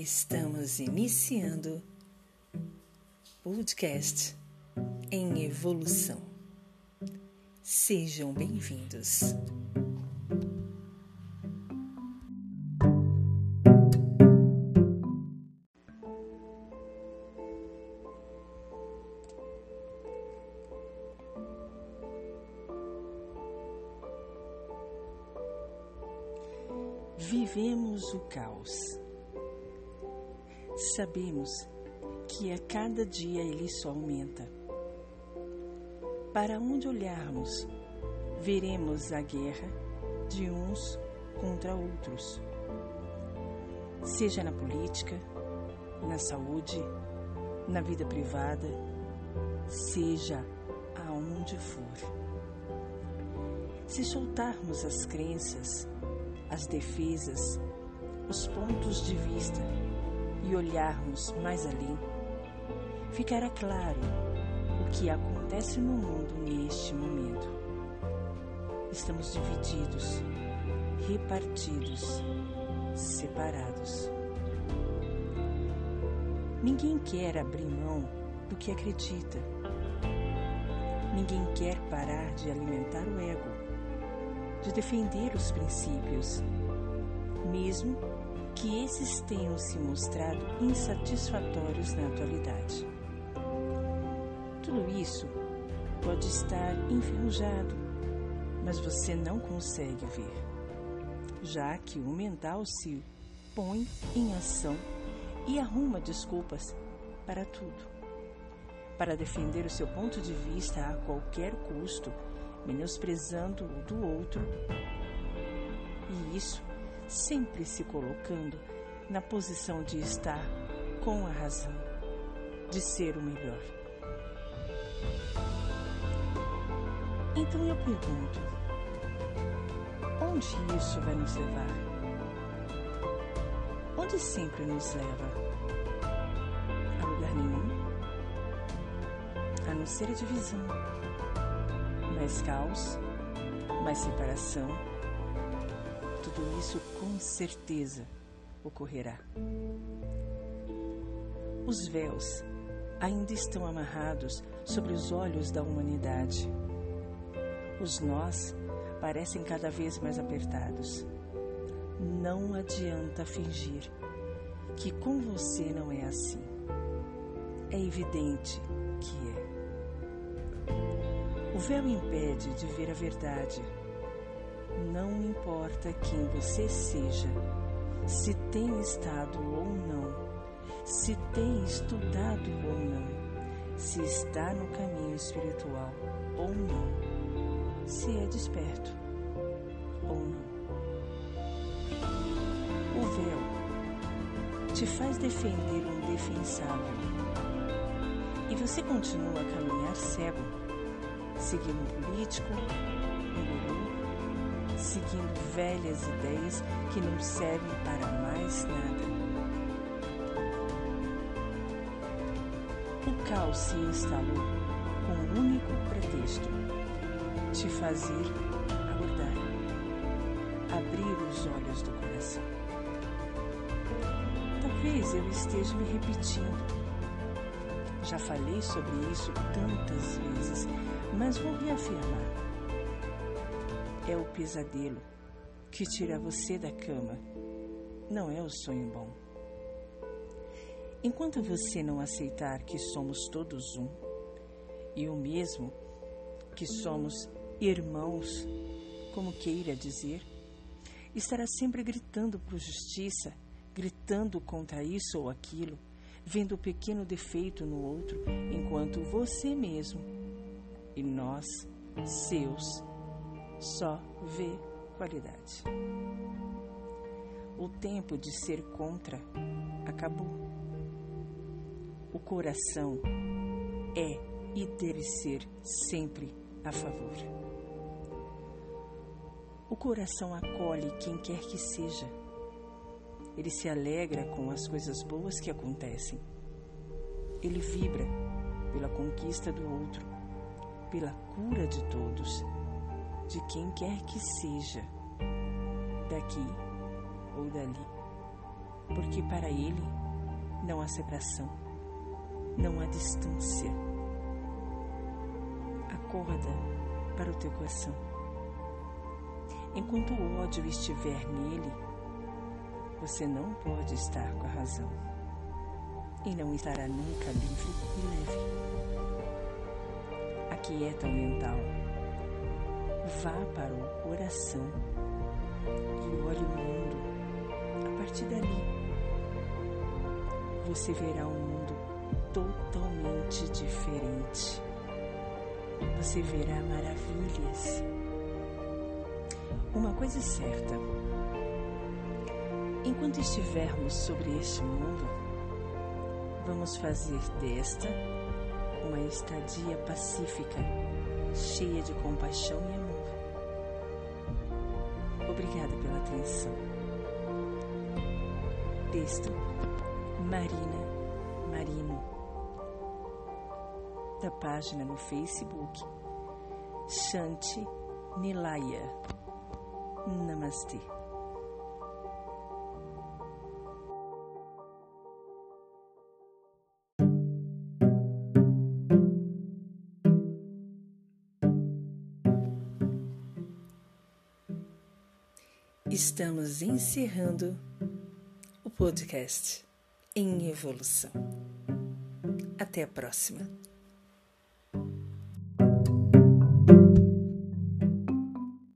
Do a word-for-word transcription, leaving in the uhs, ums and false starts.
Estamos iniciando podcast em evolução. Sejam bem-vindos. Vivemos o caos. Sabemos que a cada dia ele só aumenta. Para onde olharmos, veremos a guerra de uns contra outros. Seja na política, na saúde, na vida privada, seja aonde for. Se soltarmos as crenças, as defesas, os pontos de vista e olharmos mais além, ficará claro o que acontece no mundo neste momento. Estamos divididos, repartidos, separados. Ninguém quer abrir mão do que acredita. Ninguém quer parar de alimentar o ego, de defender os princípios, mesmo que esses tenham se mostrado insatisfatórios na atualidade. Tudo isso pode estar enferrujado, mas você não consegue ver, já que o mental se põe em ação e arruma desculpas para tudo, para defender o seu ponto de vista a qualquer custo, menosprezando o do outro, e isso sempre se colocando na posição de estar com a razão, de ser o melhor. Então eu pergunto, onde isso vai nos levar? Onde sempre nos leva? A lugar nenhum, a não ser a divisão. Mais caos, mais separação, tudo isso com certeza ocorrerá. Os véus ainda estão amarrados sobre os olhos da humanidade. Os nós parecem cada vez mais apertados. Não adianta fingir que com você não é assim. É evidente que é. O véu impede de ver a verdade. Não importa quem você seja, se tem estado ou não, se tem estudado ou não, se está no caminho espiritual ou não, se é desperto ou não. O véu te faz defender o indefensável e você continua a caminhar cego, seguindo um político, um guru, seguindo velhas ideias que não servem para mais nada. O caos se instalou com um único pretexto: te fazer acordar, abrir os olhos do coração. Talvez eu esteja me repetindo. Já falei sobre isso tantas vezes, mas vou reafirmar. É o pesadelo que tira você da cama, não é o sonho bom. Enquanto você não aceitar que somos todos um, e o mesmo, que somos irmãos, como queira dizer, estará sempre gritando por justiça, gritando contra isso ou aquilo, vendo o pequeno defeito no outro, enquanto você mesmo e nós, seus, só vê qualidade. O tempo de ser contra acabou. O coração é e deve ser sempre a favor. O coração acolhe quem quer que seja. Ele se alegra com as coisas boas que acontecem. Ele vibra pela conquista do outro, pela cura de todos, de quem quer que seja, daqui ou dali. porque para Ele não há separação, não há distância. Acorda para o teu coração. Enquanto o ódio estiver nele, você não pode estar com a razão e não estará nunca livre e leve. Aquieta o mental, vá para o coração e olhe o mundo. A partir dali, você verá um mundo totalmente diferente. Você verá maravilhas. Uma coisa é certa: enquanto estivermos sobre este mundo, vamos fazer desta uma estadia pacífica, cheia de compaixão e amor. Obrigada pela atenção. Texto: Marina Marino, da página no Facebook Shanti Nilaya. Namastê. Estamos encerrando o podcast Em Evolução. Até a próxima.